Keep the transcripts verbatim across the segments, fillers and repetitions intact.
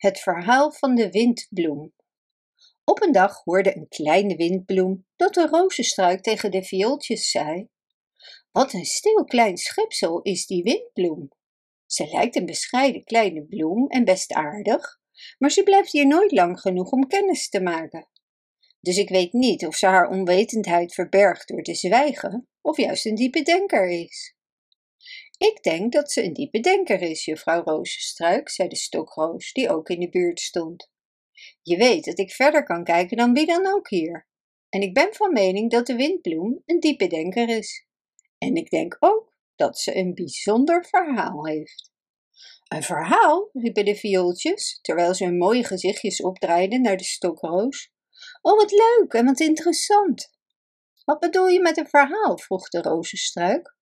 Het verhaal van de windbloem. Op een dag hoorde een kleine windbloem dat de rozenstruik tegen de viooltjes zei: "Wat een stil klein schepsel is die windbloem. Ze lijkt een bescheiden kleine bloem en best aardig, maar ze blijft hier nooit lang genoeg om kennis te maken. Dus ik weet niet of ze haar onwetendheid verbergt door te zwijgen, of juist een diepe denker is." "Ik denk dat ze een diepe denker is, juffrouw Rozenstruik," zei de stokroos, die ook in de buurt stond. "Je weet dat ik verder kan kijken dan wie dan ook hier. En ik ben van mening dat de windbloem een diepe denker is. En ik denk ook dat ze een bijzonder verhaal heeft." "Een verhaal?" riepen de viooltjes, terwijl ze hun mooie gezichtjes opdraaiden naar de stokroos. "Oh, wat leuk en wat interessant." "Wat bedoel je met een verhaal?" vroeg de rozenstruik.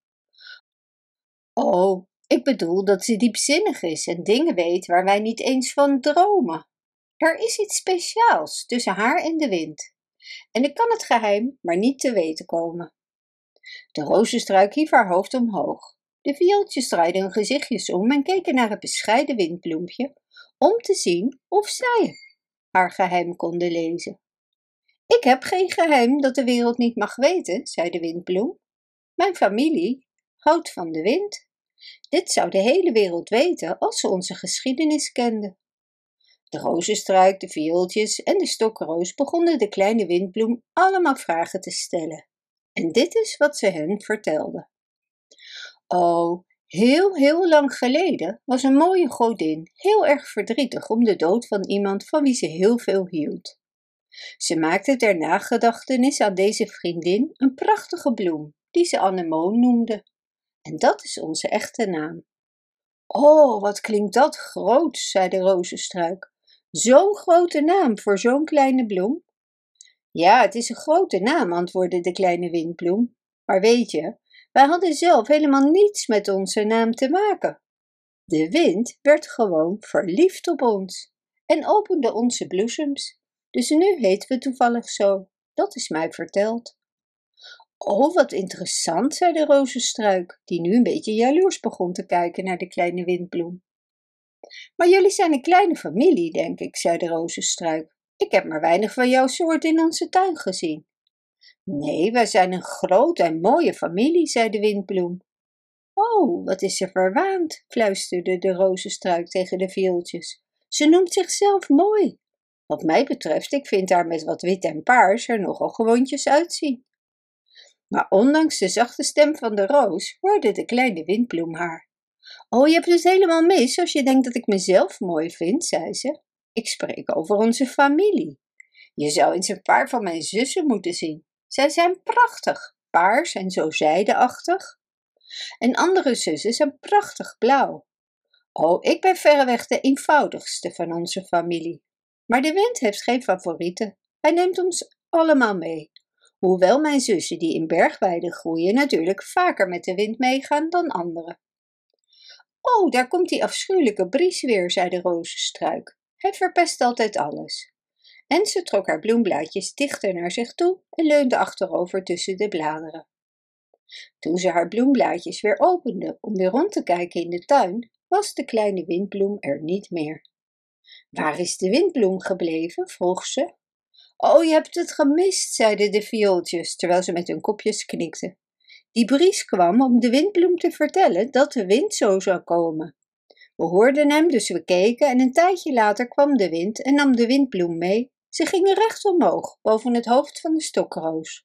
"Oh, ik bedoel dat ze diepzinnig is en dingen weet waar wij niet eens van dromen. Er is iets speciaals tussen haar en de wind. En ik kan het geheim maar niet te weten komen." De rozenstruik hief haar hoofd omhoog. De viooltjes draaiden hun gezichtjes om en keken naar het bescheiden windbloempje, om te zien of zij haar geheim konden lezen. "Ik heb geen geheim dat de wereld niet mag weten," zei de windbloem. "Mijn familie houdt van de wind. Dit zou de hele wereld weten als ze onze geschiedenis kenden." De rozenstruik, de viooltjes en de stokroos begonnen de kleine windbloem allemaal vragen te stellen. En dit is wat ze hen vertelde. "Oh, heel, heel lang geleden was een mooie godin heel erg verdrietig om de dood van iemand van wie ze heel veel hield. Ze maakte ter nagedachtenis aan deze vriendin een prachtige bloem, die ze anemoon noemde. En dat is onze echte naam." "Oh, wat klinkt dat groot," zei de rozenstruik. "Zo'n grote naam voor zo'n kleine bloem?" "Ja, het is een grote naam," antwoordde de kleine windbloem. "Maar weet je, wij hadden zelf helemaal niets met onze naam te maken. De wind werd gewoon verliefd op ons en opende onze bloesems. Dus nu heten we toevallig zo. Dat is mij verteld." "Oh, wat interessant," zei de rozenstruik, die nu een beetje jaloers begon te kijken naar de kleine windbloem. "Maar jullie zijn een kleine familie, denk ik," zei de rozenstruik. "Ik heb maar weinig van jouw soort in onze tuin gezien." "Nee, wij zijn een grote en mooie familie," zei de windbloem. "Oh, wat is ze verwaand," fluisterde de rozenstruik tegen de viooltjes. "Ze noemt zichzelf mooi. Wat mij betreft, ik vind haar met wat wit en paars er nogal gewoontjes uitzien." Maar ondanks de zachte stem van de roos hoorde de kleine windbloem haar. "Oh, je hebt het helemaal mis als je denkt dat ik mezelf mooi vind," zei ze. "Ik spreek over onze familie. Je zou eens een paar van mijn zussen moeten zien. Zij zijn prachtig, paars en zo zijdeachtig. En andere zussen zijn prachtig blauw. Oh, ik ben verreweg de eenvoudigste van onze familie. Maar de wind heeft geen favorieten. Hij neemt ons allemaal mee. Hoewel mijn zussen die in bergweiden groeien natuurlijk vaker met de wind meegaan dan anderen." "Oh, daar komt die afschuwelijke Bries weer," zei de rozenstruik. "Hij verpest altijd alles." En ze trok haar bloemblaadjes dichter naar zich toe en leunde achterover tussen de bladeren. Toen ze haar bloemblaadjes weer opende om weer rond te kijken in de tuin, was de kleine windbloem er niet meer. "Waar is de windbloem gebleven?" vroeg ze. "Oh, je hebt het gemist," zeiden de viooltjes, terwijl ze met hun kopjes knikten. "Die Bries kwam om de windbloem te vertellen dat de wind zo zou komen. We hoorden hem, dus we keken en een tijdje later kwam de wind en nam de windbloem mee. Ze gingen recht omhoog, boven het hoofd van de stokroos."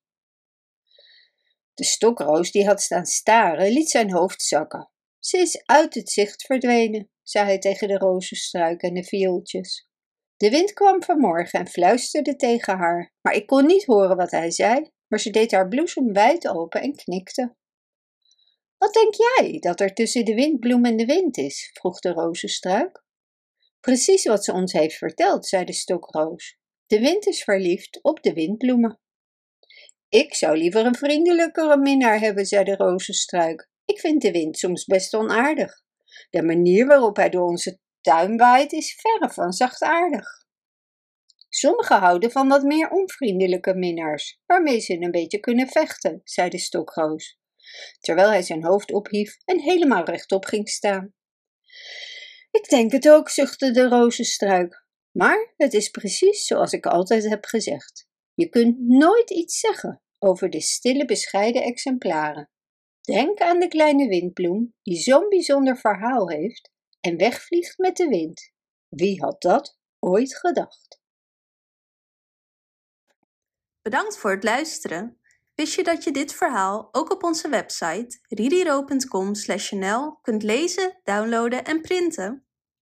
De stokroos, die had staan staren, liet zijn hoofd zakken. "Ze is uit het zicht verdwenen," zei hij tegen de rozenstruik en de viooltjes. "De wind kwam vanmorgen en fluisterde tegen haar, maar ik kon niet horen wat hij zei, maar ze deed haar bloesem wijd open en knikte." "Wat denk jij dat er tussen de windbloem en de wind is?" vroeg de rozenstruik. "Precies wat ze ons heeft verteld," zei de stokroos. "De wind is verliefd op de windbloemen." "Ik zou liever een vriendelijkere minnaar hebben," zei de rozenstruik. "Ik vind de wind soms best onaardig. De manier waarop hij door onze tuin waait is verre van zachtaardig. Sommigen houden van wat meer onvriendelijke minnaars, waarmee ze een beetje kunnen vechten," zei de stokroos, terwijl hij zijn hoofd ophief en helemaal rechtop ging staan. Ik denk het ook, zuchtte de rozenstruik. Maar het is precies zoals ik altijd heb gezegd. Je kunt nooit iets zeggen over de stille, bescheiden exemplaren. Denk aan de kleine windbloem die zo'n bijzonder verhaal heeft en wegvliegt met de wind. Wie had dat ooit gedacht? Bedankt voor het luisteren. Wist je dat je dit verhaal ook op onze website ridiro punt com slash n l kunt lezen, downloaden en printen?